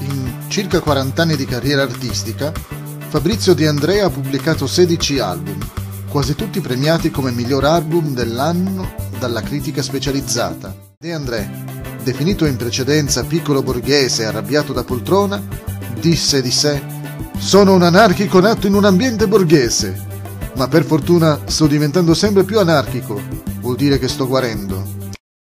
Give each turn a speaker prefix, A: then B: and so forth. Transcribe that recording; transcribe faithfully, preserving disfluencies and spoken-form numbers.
A: In circa quaranta anni di carriera artistica, Fabrizio De André ha pubblicato sedici album, quasi tutti premiati come miglior album dell'anno dalla critica specializzata. De André, definito in precedenza piccolo borghese arrabbiato da poltrona, disse di sé: «Sono un anarchico nato in un ambiente borghese, ma per fortuna sto diventando sempre più anarchico, vuol dire che sto guarendo».